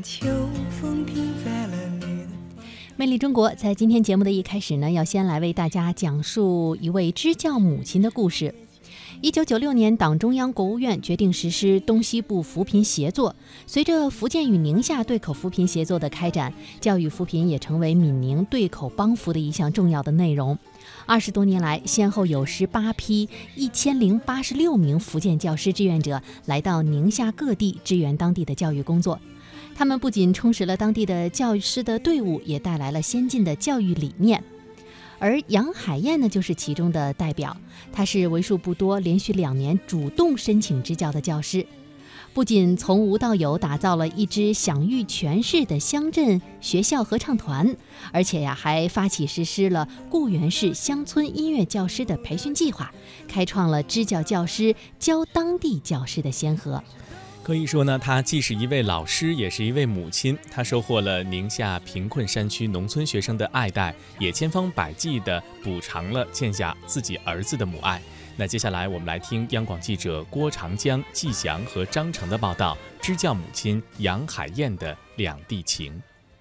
秋风停在了你的。 魅力中国在今天节目的一开始呢，要先来为大家讲述一位支教母亲的故事。1996年，党中央、国务院决定实施东西部扶贫协作。随着福建与宁夏对口扶贫协作的开展，教育扶贫也成为闽宁对口帮扶的一项重要的内容。20多年来，先后有18批1086名福建教师志愿者来到宁夏各地支援当地的教育工作。他们不仅充实了当地的教师的队伍，也带来了先进的教育理念。而杨海燕呢，就是其中的代表。她是为数不多连续2年主动申请支教的教师，不仅从无到有打造了一支享誉全市的乡镇学校合唱团，而且还发起实施了固原市乡村音乐教师的培训计划，开创了支教教师教当地教师的先河。 可以说呢，她既是一位老师，也是一位母亲。她收获了宁夏贫困山区农村学生的爱戴，也千方百计地补偿了欠下自己儿子的母爱。那接下来我们来听央广记者郭长江、季翔和张成的报道，支教母亲杨海燕的两地情。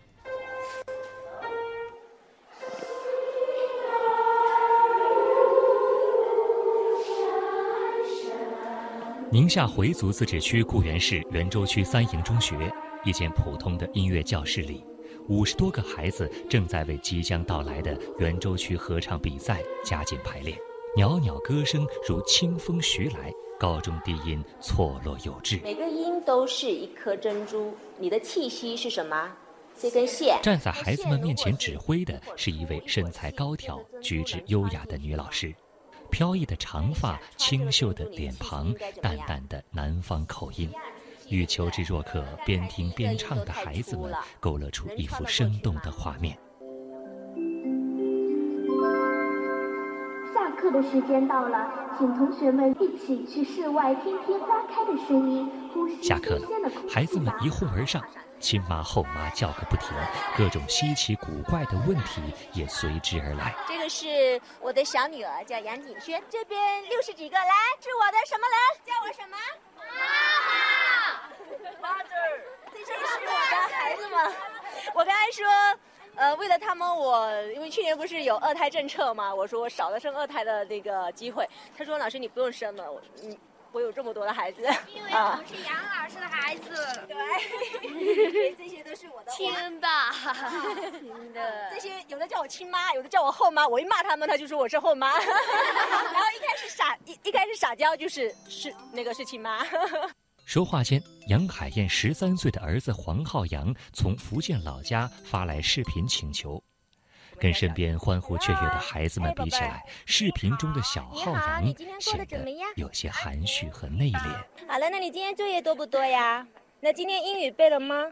宁夏回族自治区固原市袁州区三营中学一间普通的音乐教室里，50多个孩子正在为即将到来的袁州区合唱比赛加紧排练。袅袅歌声如清风徐来，高中低音错落有致， 每个音都是一颗珍珠。你的气息是什么？这根线。 站在孩子们面前指挥的是一位身材高挑、举止优雅的女老师。飘逸的长发，清秀的脸庞，淡淡的南方口音，与求知若渴边听边唱的孩子们勾勒出一幅生动的画面。 下课的时间到了，请同学们一起去室外听听花开的声音，呼吸下课了，孩子们一哄而上，亲妈后妈叫个不停，各种稀奇古怪的问题也随之而来。 这个是我的小女儿，叫杨景轩，这边60几个，来，是我的什么人？叫我什么？妈妈。这些是我的孩子们。我刚才说，为了他们，因为去年不是有2胎政策嘛，我说我少了生2胎的那个机会。他说老师你不用生了，我有这么多的孩子， 因为我是杨老师的孩子， 对，这些都是我的亲的， 亲的。这些有的叫我亲妈，有的叫我后妈，我一骂他们，他就说我是后妈。然后一开始撒娇就是亲妈。 说话间，杨海燕13岁的儿子黄浩洋从福建老家发来视频请求。跟身边欢呼雀跃的孩子们比起来，视频中的小浩洋显得有些含蓄和内敛。 好了，那你今天作业多不多呀？那今天英语背了吗？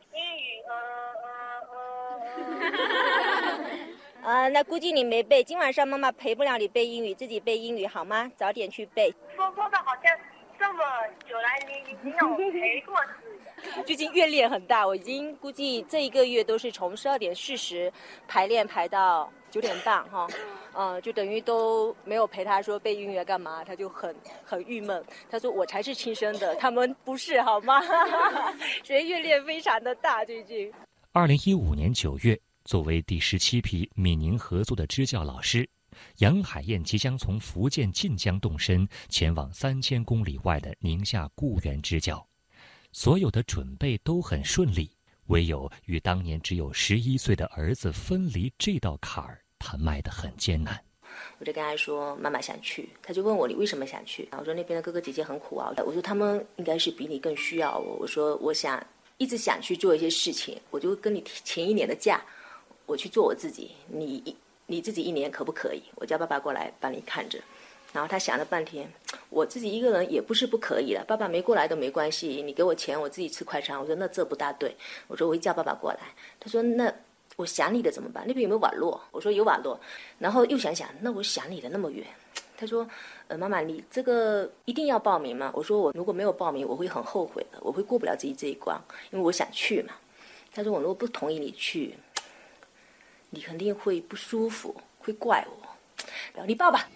那估计你没背。今晚上妈妈陪不了你背英语，自己背英语好吗？早点去背。 说的好像这么久来你已经让我陪过似的。 最近阅练很大，我已经估计这1个月都是从12点40排练排到9点半哈，就等于都没有陪他说背音乐干嘛，他就很郁闷。他说我才是亲生的，他们不是好吗？所以阅练非常的大最近。 2015年9月，作为第17批闽宁合作的支教老师，杨海燕即将从福建晋江动身，前往3000公里外的宁夏固原支教。所有的准备都很顺利，唯有与当年只有11岁的儿子分离这道坎儿，他迈得很艰难。 我就跟他说妈妈想去，他就问我你为什么想去？我说那边的哥哥姐姐很苦啊，我说他们应该是比你更需要我，我说我一直想去做一些事情，我就跟你前1年的假，我去做我自己，你自己1年可不可以？我叫爸爸过来帮你看着。然后他想了半天，我自己一个人也不是不可以了，爸爸没过来都没关系，你给我钱我自己吃快餐。我说那这不大对，我说我会叫爸爸过来。他说那我想你的怎么办？那边有没有网络？我说有网络。然后又想那我想你的那么远。他说妈妈你这个一定要报名吗？我说我如果没有报名我会很后悔的，我会过不了自己这一关，因为我想去嘛。他说我如果不同意你去，你肯定会不舒服，会怪我，你报吧。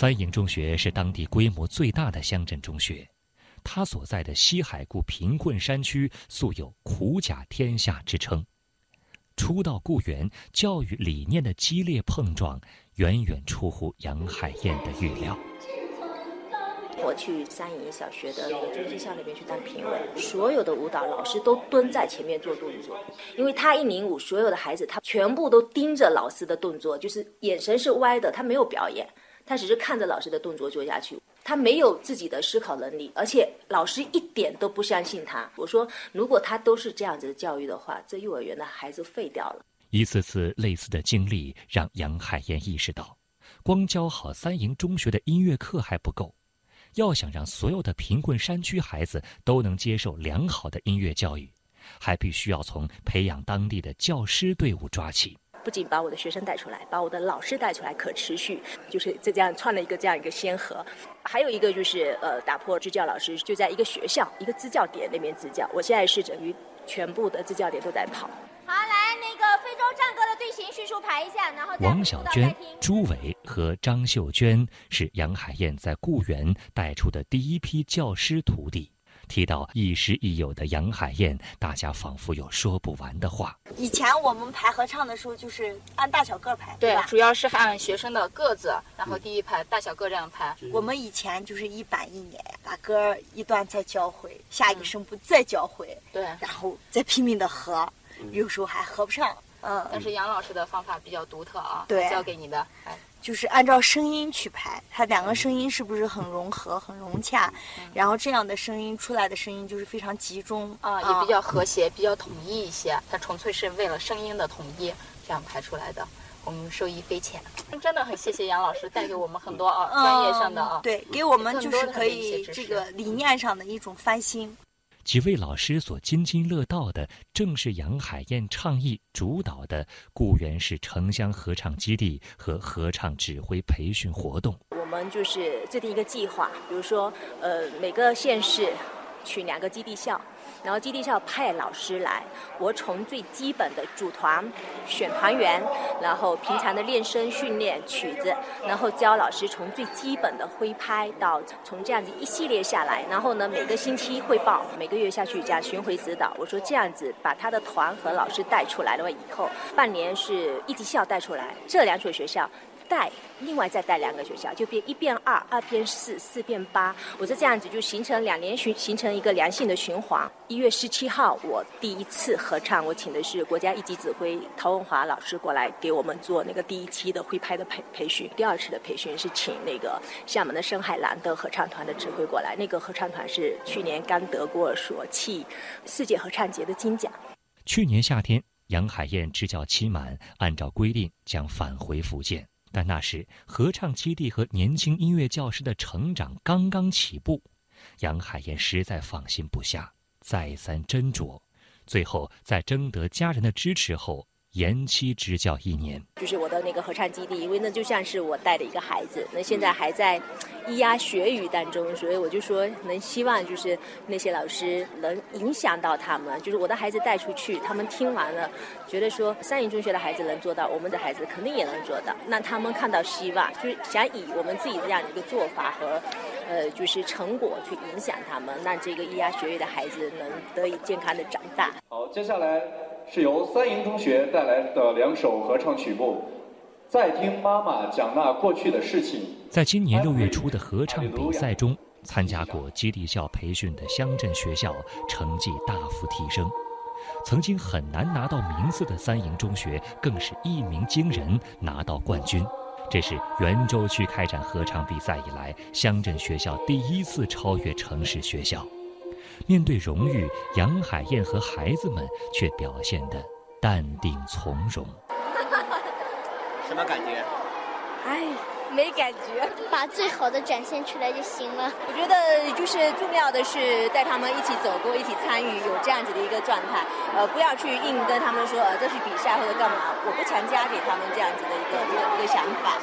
三营中学是当地规模最大的乡镇中学，它所在的西海固贫困山区素有苦甲天下之称。初到固原，教育理念的激烈碰撞远远出乎杨海燕的预料。 我去三营小学的那个军技校那边去当评委，所有的舞蹈老师都蹲在前面做动作，因为他105，所有的孩子他全部都盯着老师的动作，就是眼神是歪的，他没有表演，他只是看着老师的动作做下去，他没有自己的思考能力，而且老师一点都不相信他。我说，如果他都是这样子的教育的话，这幼儿园的孩子废掉了。 一次次类似的经历让杨海燕意识到，光教好三营中学的音乐课还不够，要想让所有的贫困山区孩子都能接受良好的音乐教育，还必须要从培养当地的教师队伍抓起。 不仅把我的学生带出来，把我的老师带出来，可持续，就是这样创了这样一个先河。还有一个就是打破支教老师就在一个学校一个支教点那边支教，我现在是等于全部的支教点都在跑。 好，来那个非洲战歌的队形叙述排一下，然后王小娟、朱伟和张秀娟是杨海燕在固原带出的第一批教师徒弟。提到亦师亦友的杨海燕，大家仿佛有说不完的话。 以前我们排合唱的时候，就是按大小个排， 对吧？ 主要是按学生的个子，然后第一排大小个这样排。 我们以前就是一板一眼，把歌一段再教会，下一个声部再教会， 对， 然后再拼命的合，有时候还合不上。 但是杨老师的方法比较独特啊， 对， 教给你的， 就是按照声音去排，它两个声音是不是很融合、很融洽，然后这样的声音出来的声音就是非常集中也比较和谐、比较统一一些。它纯粹是为了声音的统一这样排出来的，我们受益匪浅。真的很谢谢杨老师带给我们很多专业上的对，给我们就是可以这个理念上的一种翻新。 几位老师所津津乐道的，正是杨海燕倡议主导的固原市城乡合唱基地和合唱指挥培训活动。 我们就是制定一个计划，比如说每个县市取2个基地校，然后基地校派老师来，我从最基本的组团、选团员，然后平常的练声训练曲子，然后教老师从最基本的挥拍到从这样子一系列下来，然后呢每个星期汇报，每个月下去这样巡回指导。我说这样子把他的团和老师带出来的话，以后半年是1级校带出来，这2所学校另外再带2个学校，就变1变2， 2变4， 4变8。我说这样子就形成2年形成一个良性的循环。1月17号我第一次合唱，我请的是国家1级指挥陶文华老师过来给我们做那个第1期的挥拍的培训。第2次的培训是请那个厦门的深海蓝的合唱团的指挥过来，那个合唱团是去年刚得过所气世界合唱节的金奖。 去年夏天，杨海燕支教期满，按照规定将返回福建。但那时合唱基地和年轻音乐教师的成长刚刚起步，杨海燕实在放心不下，再三斟酌，最后在征得家人的支持后，延期支教1年。 就是我的那个合唱基地，因为那就像是我带的一个孩子，那现在还在咿呀学语当中，所以我就说能希望就是那些老师能影响到他们，就是我的孩子带出去，他们听完了觉得说三营中学的孩子能做到，我们的孩子肯定也能做到，那他们看到希望，就是想以我们自己这样的一个做法和就是成果去影响他们，让这个咿呀学语的孩子能得以健康的长大。 好，接下来是由三营中学带来的2首合唱曲目，再听妈妈讲那过去的事情。 在今年6月初的合唱比赛中，参加过基地校培训的乡镇学校成绩大幅提升，曾经很难拿到名次的三营中学更是一鸣惊人，拿到冠军。这是袁州区开展合唱比赛以来，乡镇学校第1次超越城市学校。面对荣誉，杨海燕和孩子们却表现得淡定从容。 什么感觉？ 没感觉， 把最好的展现出来就行了。 我觉得就是重要的是带他们一起走过，一起参与，有这样子的一个状态。不要去硬跟他们说这是比赛或者干嘛，我不强加给他们这样子的一个想法。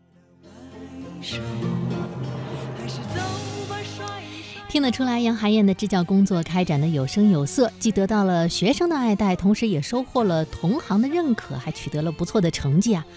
听得出来，杨海燕的支教工作开展的有声有色，既得到了学生的爱戴，同时也收获了同行的认可，还取得了不错的成绩啊。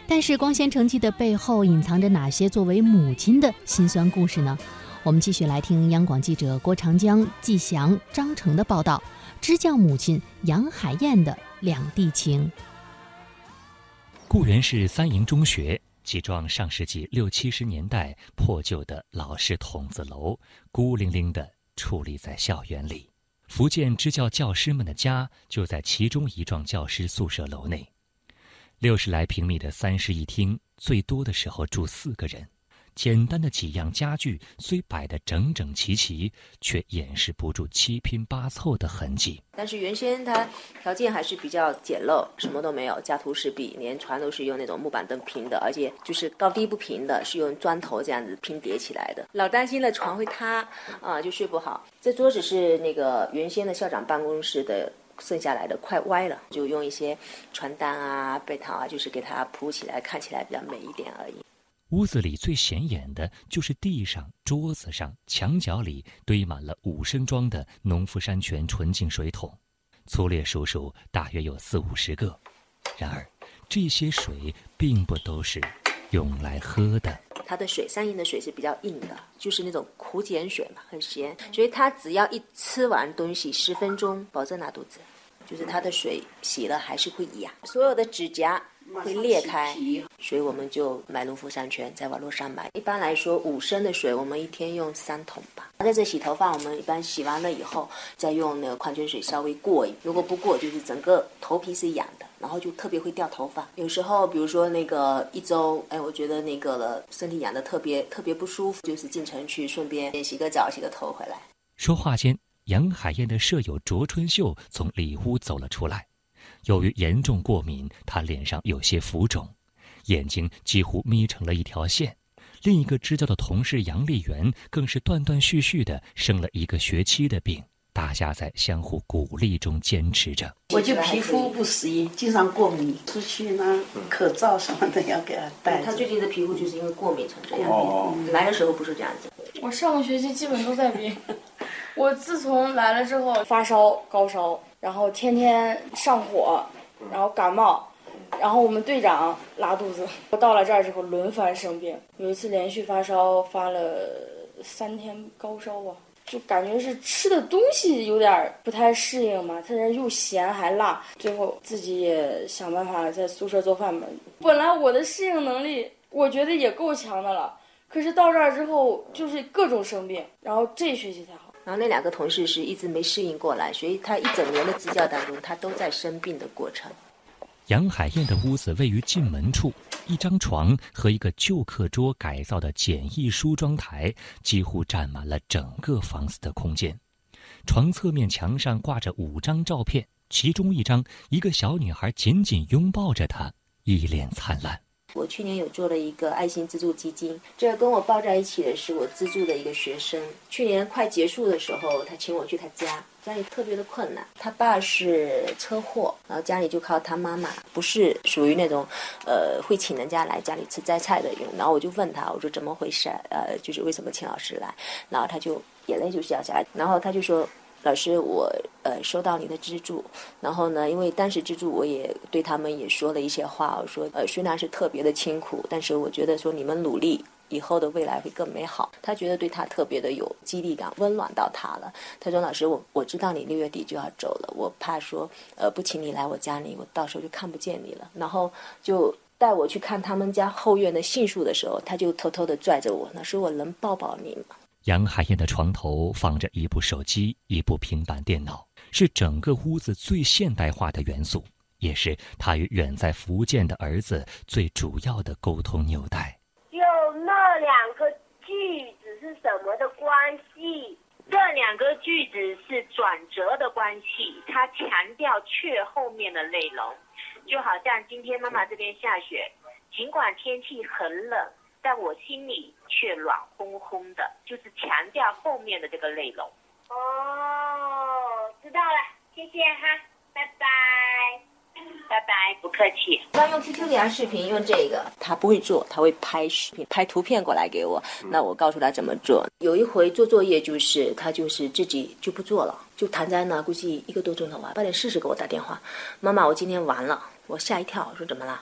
但是光鲜成绩的背后隐藏着哪些作为母亲的辛酸故事呢？我们继续来听央广记者郭长江、季祥、张成的报道，支教母亲杨海燕的两地情。 固原市三营中学，几幢上世纪60、70年代破旧的老式筒子楼，孤零零地矗立在校园里。福建支教教师们的家就在其中一幢教师宿舍楼内。60来平米的3室一厅，最多的时候住4个人。简单的几样家具虽摆得整整齐齐，却掩饰不住七拼八凑的痕迹。 但是原先它条件还是比较简陋，什么都没有，家徒四壁，连床都是用那种木板凳拼的，而且就是高低不平的，是用砖头这样子拼叠起来的。老担心了床会塌就睡不好。这桌子是那个原先的校长办公室的剩下来的，快歪了，就用一些传单啊、被套啊，就是给它铺起来，看起来比较美一点而已。 屋子里最显眼的就是地上、桌子上、墙角里堆满了5升装的农夫山泉纯净水桶，粗略数数大约有40-50个。然而这些水并不都是用来喝的。 它的水，三营的水是比较硬的，就是那种苦碱水嘛，很咸，所以它只要一吃完东西10分钟，保证拉肚子。就是它的水洗了还是会痒，所有的指甲会裂开，所以我们就买农夫山泉，在网络上买。一般来说5升的水我们一天用3桶吧。在这洗头发，我们一般洗完了以后再用那个矿泉水稍微过一，如果不过就是整个头皮是痒的，然后就特别会掉头发。有时候比如说那个1周我觉得那个了身体痒的特别不舒服，就是进城去顺便洗个澡洗个头回来。 说话间，杨海燕的舍友卓春秀从里屋走了出来。由于严重过敏，她脸上有些浮肿，眼睛几乎眯成了一条线。另一个支教的同事杨丽媛更是断断续续地生了1个学期的病，大家在相互鼓励中坚持着。 我就皮肤不适应，经常过敏，出去呢口罩什么的要给他戴。 他最近的皮肤就是因为过敏成这样。来的时候不是这样子。 我上个学期基本都在病。我自从来了之后，发烧、高烧，然后天天上火，然后感冒，然后我们队长拉肚子。我到了这儿之后轮番生病，有一次连续发烧，发了3天高烧吧，就感觉是吃的东西有点不太适应嘛，它这又咸还辣，最后自己也想办法在宿舍做饭吧。本来我的适应能力我觉得也够强的了，可是到这儿之后就是各种生病，然后这学期才好。 然后那2个同事是一直没适应过来，所以他一整年的支教当中，他都在生病的过程。 杨海燕的屋子位于进门处，一张床和一个旧课桌改造的简易梳妆台几乎占满了整个房子的空间。床侧面墙上挂着5张照片，其中一张，一个小女孩紧紧拥抱着她，一脸灿烂。 我去年有做了一个爱心资助基金，这跟我抱在一起的是我资助的一个学生。去年快结束的时候，他请我去他家里特别的困难，他爸是车祸，然后家里就靠他妈妈，不是属于那种会请人家来家里吃摘菜的人。然后我就问他，我说怎么回事，就是为什么请老师来，然后他就眼泪就掉下来，然后他就说，老师，我收到你的资助，然后呢，因为当时资助我也对他们也说了一些话，我说虽然是特别的辛苦，但是我觉得说你们努力，以后的未来会更美好。他觉得对他特别的有激励感，温暖到他了。他说，老师，我知道你6月底就要走了，我怕说不请你来我家里，我到时候就看不见你了。然后就带我去看他们家后院的杏树的时候，他就偷偷的拽着我，老师，我能抱抱你吗？ 杨海燕的床头放着一部手机，一部平板电脑，是整个屋子最现代化的元素，也是她与远在福建的儿子最主要的沟通纽带。 就那2个句子是什么的关系？这2个句子是转折的关系，它强调却后面的内容。就好像今天妈妈这边下雪，尽管天气很冷，但我心里却暖烘烘的，就是强调后面的这个内容。哦，知道了，谢谢哈，拜拜。拜拜，不客气。 刚用 QQ 聊视频，用这个，他不会做，他会拍视频、拍图片过来给我，那我告诉他怎么做。有一回做作业，就是他就是自己就不做了，就躺在那，估计1个多钟头吧，8点40给我打电话，妈妈，我今天完了，我吓一跳，我说怎么了？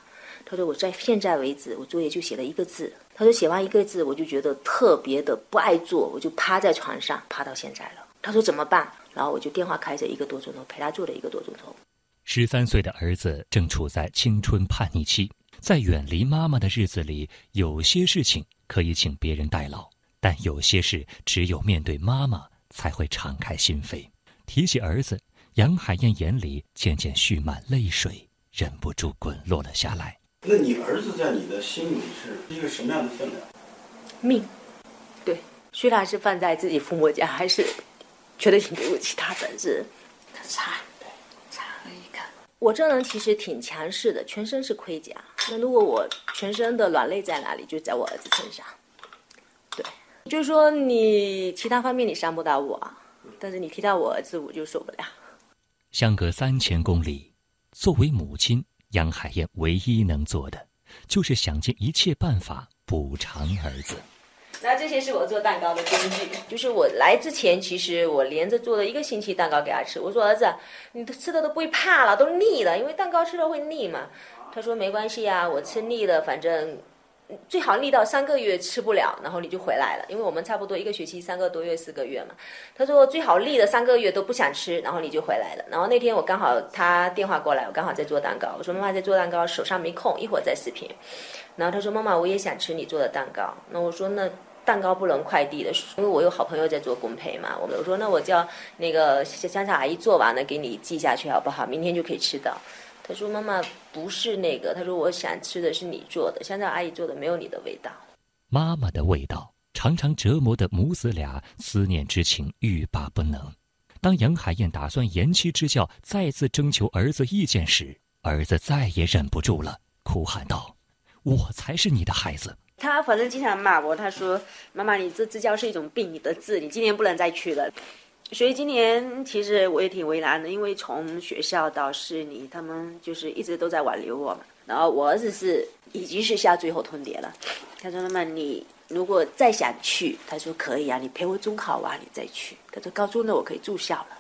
他说我在现在为止，我作业就写了1个字。他说写完1个字，我就觉得特别的不爱做，我就趴在床上趴到现在了。他说怎么办？然后我就电话开着1个多钟头，陪他做了1个多钟头。 13岁的儿子正处在青春叛逆期，在远离妈妈的日子里，有些事情可以请别人代劳，但有些事只有面对妈妈才会敞开心扉。提起儿子，杨海燕眼里渐渐蓄满泪水，忍不住滚落了下来。 那你儿子在你的心里是一个什么样的分量？ 命，对，虽然是放在自己父母家，还是觉得挺对不起他的，是他差了一个。 我这人其实挺强势的，全身是盔甲。那如果我全身的软肋在哪里，就在我儿子身上。对，就是说你其他方面你伤不到我，但是你提到我儿子，我就受不了。 相隔3000公里，作为母亲，杨海燕唯一能做的，就是想尽一切办法补偿儿子。 那这些是我做蛋糕的工具，就是我来之前，其实我连着做了1个星期蛋糕给他吃。我说儿子，你吃的都不会怕了，都腻了，因为蛋糕吃了会腻嘛。他说没关系啊，我吃腻了，反正最好腻到3个月吃不了，然后你就回来了，因为我们差不多1个学期3个多月4个月嘛。他说最好腻了3个月都不想吃，然后你就回来了。然后那天我刚好他电话过来，我刚好在做蛋糕，我说妈妈在做蛋糕，手上没空，一会儿再视频。然后他说妈妈我也想吃你做的蛋糕。那我说那蛋糕不能快递的，因为我有好朋友在做烘焙嘛。我说那我叫那个香草阿姨做完了给你寄下去好不好？明天就可以吃到。他说妈妈不是那个，他说我想吃的是你做的，香草阿姨做的没有你的味道。 妈妈的味道常常折磨的母子俩思念之情欲罢不能。当杨海燕打算延期支教，再次征求儿子意见时，儿子再也忍不住了，哭喊道：我才是你的孩子。 他反正经常骂我，他说妈妈你这支教是一种病，你得治，你今年不能再去了。所以今年其实我也挺为难的，因为从学校到市里，他们就是一直都在挽留我嘛。然后我儿子已经是下最后通牒了，他说妈妈你如果再想去，他说可以啊，你陪我中考完你再去。他说高中呢我可以住校了。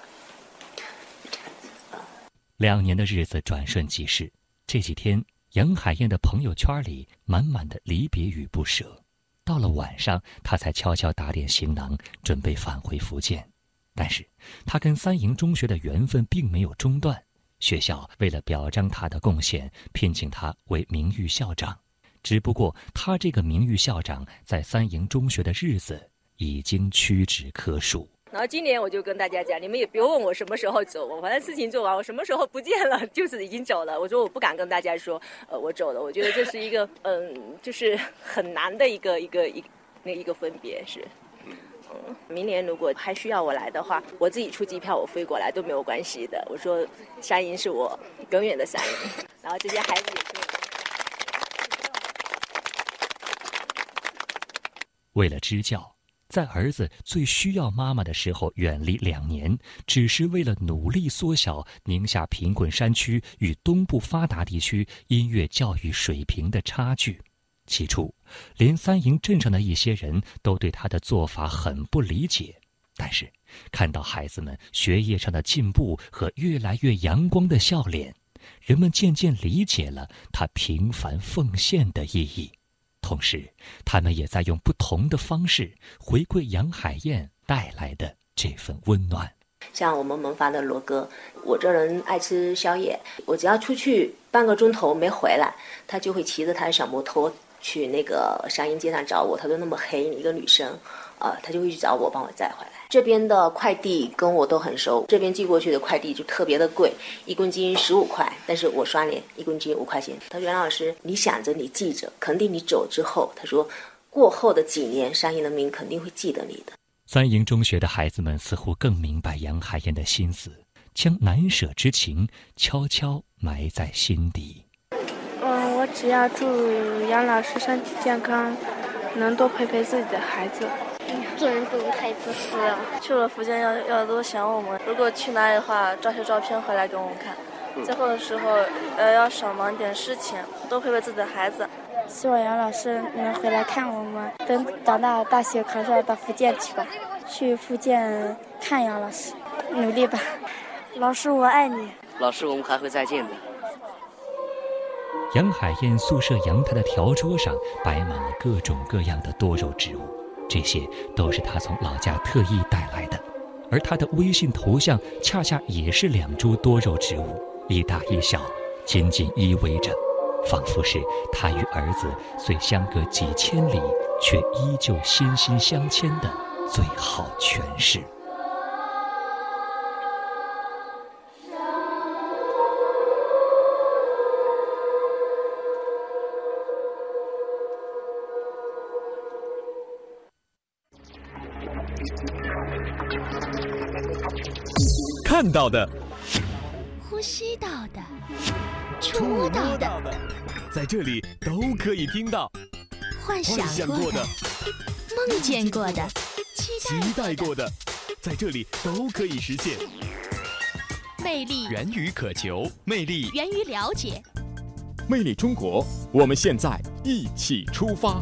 2年的日子转瞬即逝，这几天杨海燕的朋友圈里满满的离别与不舍。到了晚上，她才悄悄打点行囊，准备返回福建。但是她跟三营中学的缘分并没有中断，学校为了表彰她的贡献，聘请她为名誉校长。只不过她这个名誉校长在三营中学的日子已经屈指可数。 然后今年我就跟大家讲，你们也别问我什么时候走，我反正事情做完，我什么时候不见了，就是已经走了。我说我不敢跟大家说，我走了。我觉得这是一个，就是很难的一个分别是。明年如果还需要我来的话，我自己出机票，我飞过来都没有关系的。我说山营是我永远的山营，然后这些孩子也是我。 为了支教，在儿子最需要妈妈的时候远离2年，只是为了努力缩小宁夏贫困山区与东部发达地区音乐教育水平的差距。起初，连三营镇上的一些人都对他的做法很不理解，但是看到孩子们学业上的进步和越来越阳光的笑脸，人们渐渐理解了他平凡奉献的意义。同时，他们也在用不同的方式回馈杨海燕带来的这份温暖。 像我们门房的罗哥，我这人爱吃宵夜，我只要出去半个钟头没回来，他就会骑着他的小摩托去那个山阴街上找我。他说那么黑，你一个女生，他就会去找我，帮我载回来。这边的快递跟我都很熟，这边寄过去的快递就特别的贵，1公斤15块，但是我刷脸1公斤5块钱。他说袁老师，你想着你记着，肯定你走之后，他说过后的几年，山阴人民肯定会记得你的。 三营中学的孩子们似乎更明白杨海燕的心思，将难舍之情悄悄埋在心底。 我只要祝杨老师身体健康，能多陪陪自己的孩子。 做人不能太自私了。 去了福建要多想我们，如果去哪里的话，照些照片回来给我们看。最后的时候，要少忙点事情，多陪陪自己的孩子。 希望杨老师能回来看我们，等长大大学考上到福建去吧，去福建看杨老师，努力吧。老师我爱你。 老师我们还会再见的。 杨海燕宿舍阳台的条桌上摆满了各种各样的多肉植物，这些都是她从老家特意带来的。而她的微信头像恰恰也是2株多肉植物，一大一小，紧紧依偎着，仿佛是她与儿子虽相隔几千里，却依旧心心相牵的最好诠释。 看到的， 呼吸到的，触到的， 在这里都可以听到。 幻想过的，梦见过的， 期待过的，在这里都可以实现。 魅力源于渴求，魅力源于了解。 魅力中国，我们现在一起出发。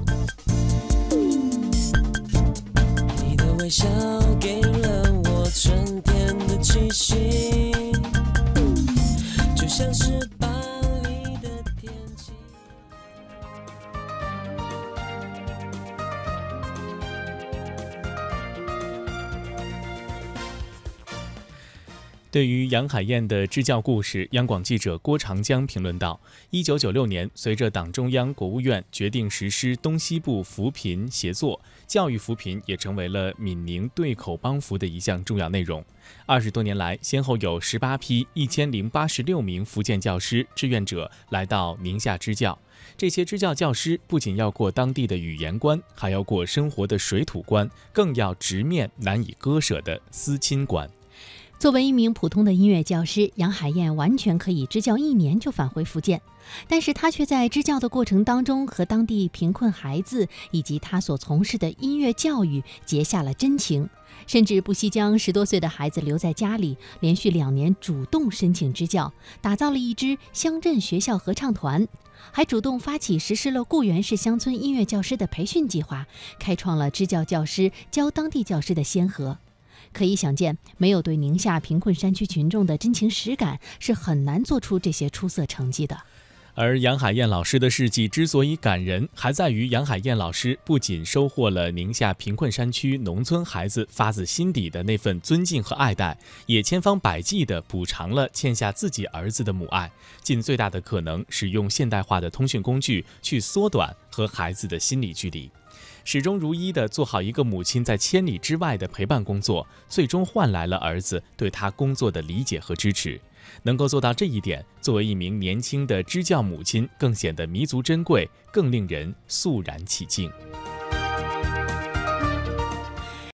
你的微笑给了我春天的气息，就像是巴黎的天气。 对于杨海燕的支教故事，央广记者郭长江评论道：1996年，随着党中央、国务院决定实施东西部扶贫协作，教育扶贫也成为了闽宁对口帮扶的一项重要内容。20多年来，先后有18批1086名福建教师志愿者来到宁夏支教。这些支教教师不仅要过当地的语言关，还要过生活的水土关，更要直面难以割舍的思亲关。 作为一名普通的音乐教师，杨海燕完全可以支教1年就返回福建，但是她却在支教的过程当中和当地贫困孩子以及她所从事的音乐教育结下了真情，甚至不惜将10多岁的孩子留在家里，连续2年主动申请支教，打造了一支乡镇学校合唱团，还主动发起实施了固原市乡村音乐教师的培训计划，开创了支教教师教当地教师的先河。可以想见，没有对宁夏贫困山区群众的真情实感，是很难做出这些出色成绩的。 而杨海燕老师的事迹之所以感人，还在于杨海燕老师不仅收获了宁夏贫困山区农村孩子发自心底的那份尊敬和爱戴，也千方百计地补偿了欠下自己儿子的母爱，尽最大的可能使用现代化的通讯工具去缩短和孩子的心理距离。始终如一地做好一个母亲在千里之外的陪伴工作，最终换来了儿子对她工作的理解和支持。能够做到这一点，作为一名年轻的支教母亲，更显得弥足珍贵，更令人肃然起敬。